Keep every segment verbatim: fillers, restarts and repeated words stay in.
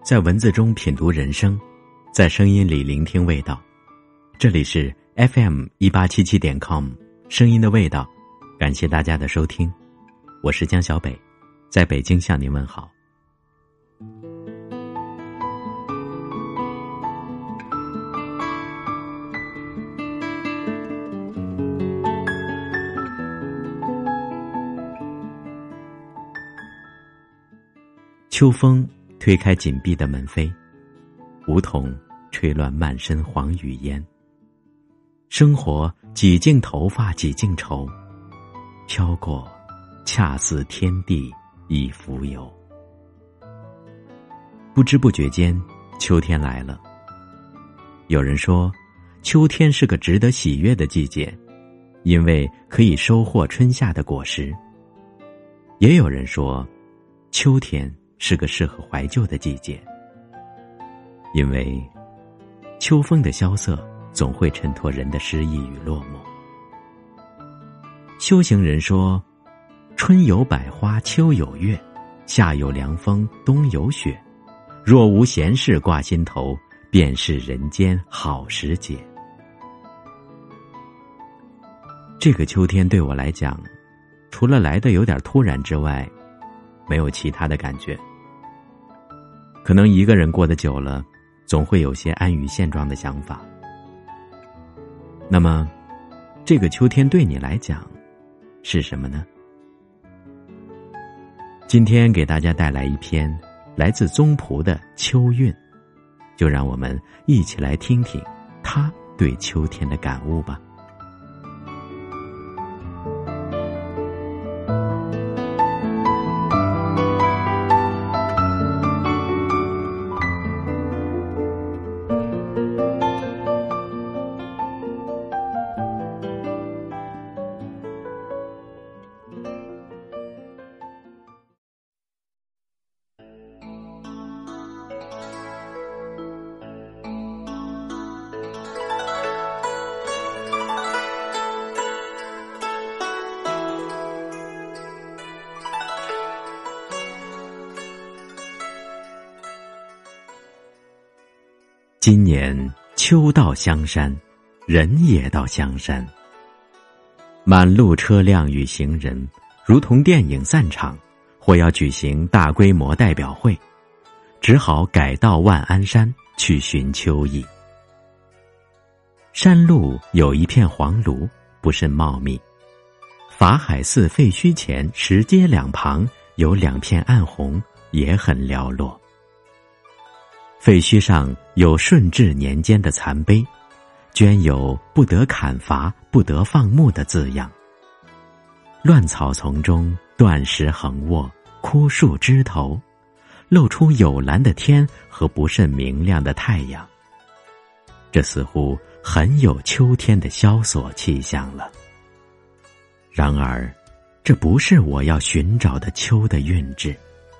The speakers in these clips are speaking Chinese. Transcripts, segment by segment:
在文字中品读人生，在声音里聆听味道。这里是 F M 一八七七点 com 声音的味道，感谢大家的收听，我是江小北，在北京向您问好。秋风推开紧闭的门扉，梧桐吹乱漫身黄雨烟。生活几经头发几经愁，飘过恰似天地一浮游。不知不觉间，秋天来了。有人说，秋天是个值得喜悦的季节，因为可以收获春夏的果实。也有人说，秋天是个适合怀旧的季节，因为秋风的萧瑟总会衬托人的失意与落寞。修行人说，春有百花，秋有月，夏有凉风，冬有雪。若无闲事挂心头，便是人间好时节。这个秋天对我来讲，除了来的有点突然之外，没有其他的感觉。可能一个人过得久了，总会有些安于现状的想法。那么，这个秋天对你来讲是什么呢？今天给大家带来一篇来自宗璞的《秋韵》，就让我们一起来听听他对秋天的感悟吧。今年秋到香山，人也到香山。满路车辆与行人，如同电影散场，或要举行大规模代表会，只好改到万安山去寻秋意。山路有一片黄芦，不甚茂密。法海寺废墟前石阶两旁有两片暗红，也很寥落。废墟上有顺治年间的残碑，镌有不得砍伐不得放牧的字样。乱草丛中断石横卧，枯树枝头，露出有蓝的天和不甚明亮的太阳。这似乎很有秋天的萧索气象了。然而，这不是我要寻找的秋的韵致。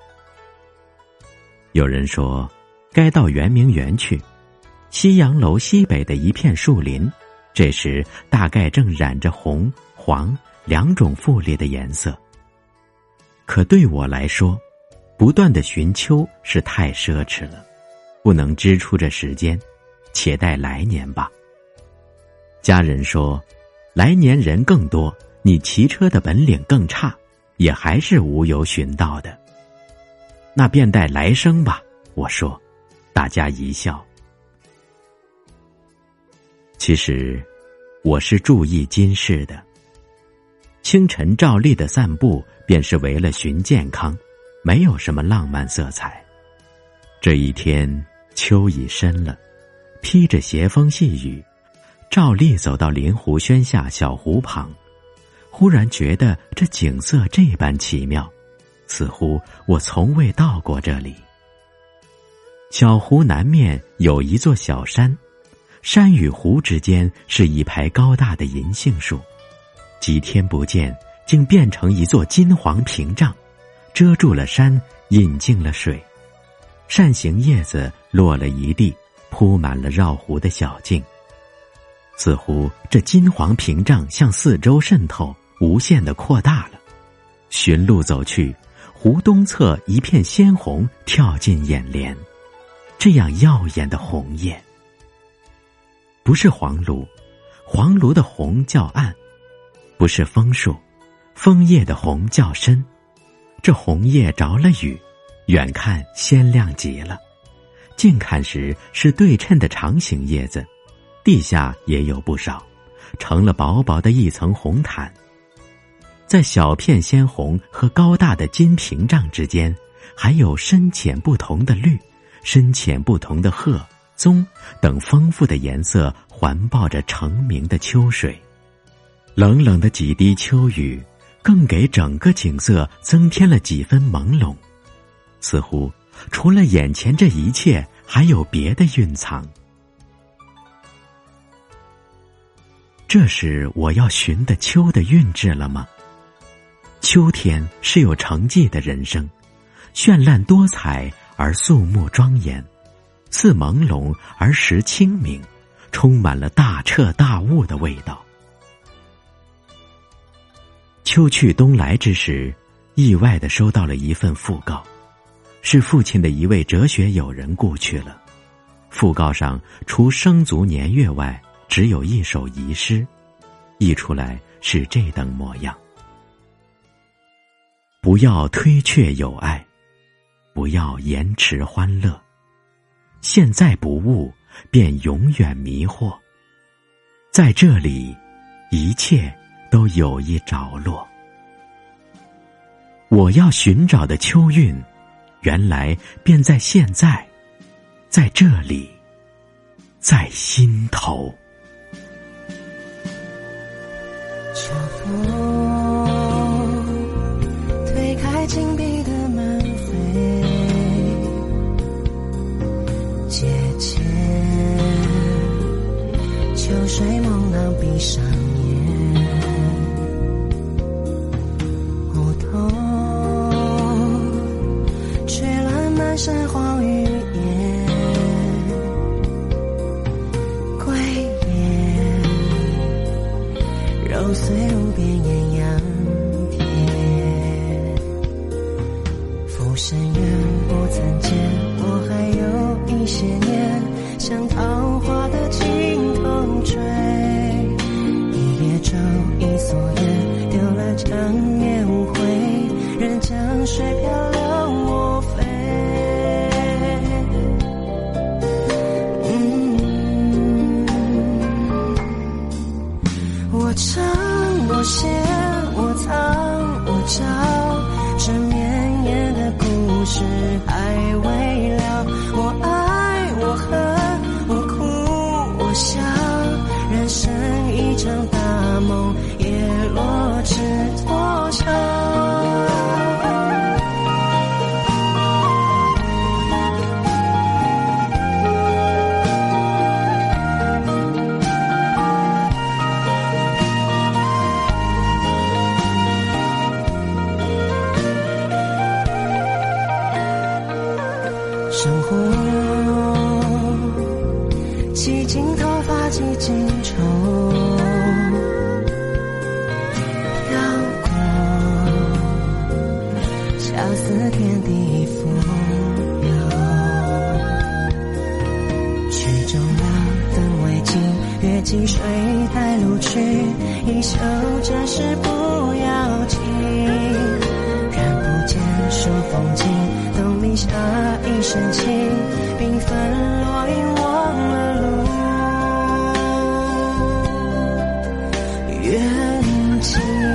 有人说，该到圆明园去，西洋楼西北的一片树林，这时大概正染着红、黄两种富丽的颜色。可对我来说，不断的寻秋是太奢侈了，不能支出这时间，且待来年吧。家人说，来年人更多，你骑车的本领更差，也还是无由寻到的。那便待来生吧，我说。大家一笑。其实，我是注意今世的。清晨照例的散步，便是为了寻健康，没有什么浪漫色彩。这一天，秋已深了，披着斜风细雨，照例走到临湖轩下小湖旁，忽然觉得这景色这般奇妙，似乎我从未到过这里。小湖南面有一座小山，山与湖之间是一排高大的银杏树，几天不见，竟变成一座金黄屏障，遮住了山，引进了水。扇形叶子落了一地，铺满了绕湖的小径。似乎这金黄屏障向四周渗透，无限地扩大了。寻路走去，湖东侧一片鲜红跳进眼帘， 这样耀眼的红叶。不是黄芦，黄芦的红叫暗；不是枫树，枫叶的红叫深。这红叶着了雨，远看鲜亮极了，近看时是对称的长形叶子，地下也有不少，成了薄薄的一层红毯。在小片鲜红和高大的金屏障之间，还有深浅不同的绿、深浅不同的褐、棕等丰富的颜色环抱着澄明的秋水。冷冷的几滴秋雨更给整个景色增添了几分朦胧，似乎除了眼前这一切，还有别的蕴藏。这是我要寻的秋的韵致了吗？秋天是有成绩的人生，绚烂多彩而肃穆庄严，似朦胧而实清明，充满了大彻大悟的味道。秋去冬来之时，意外地收到了一份讣告，是父亲的一位哲学友人故去了。讣告上除生卒年月外，只有一首遗诗，译出来是这等模样：不要推却友爱，不要延迟欢乐，现在不悟，便永远迷惑。在这里，一切都有一着落。我要寻找的秋韵，原来便在现在，在这里，在心头。 秋风推开紧闭的门扉，阶前秋水蒙浪闭上眼，梧桐吹乱满山黄雨烟，归雁揉碎路边艳阳天，浮生缘不曾见，我还有一些年，像桃花的尽头追，一叶舟一蓑烟，丢了江面无悔，任江水漂流我飞。嗯，我唱我写我藏我找，这绵延的故事还未了。我爱我恨我哭我笑，人生一场大梦，叶落知多少。生活几经头发几经愁，飘过恰似天地浮游，曲终了灯未尽，月季水带路去，一袖这事不要紧，看不见数风景，东篱下一身轻，缤纷落英忘了路，远近。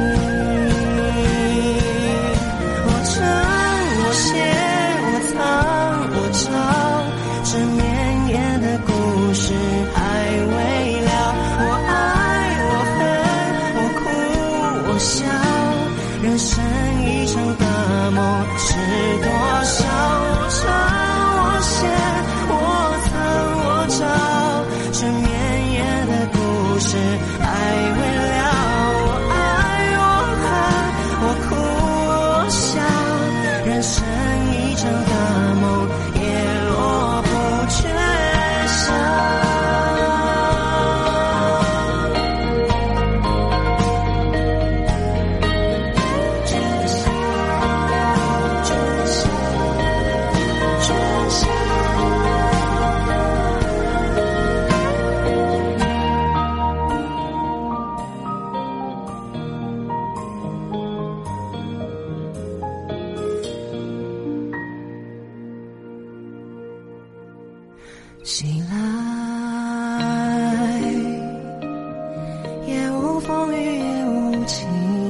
我唱我写我藏我找，这绵延的故事还未了。我爱我恨我哭我笑，人生一场大梦是多少。我唱我写我藏我找，这绵延的故事还未了。 风雨也无情。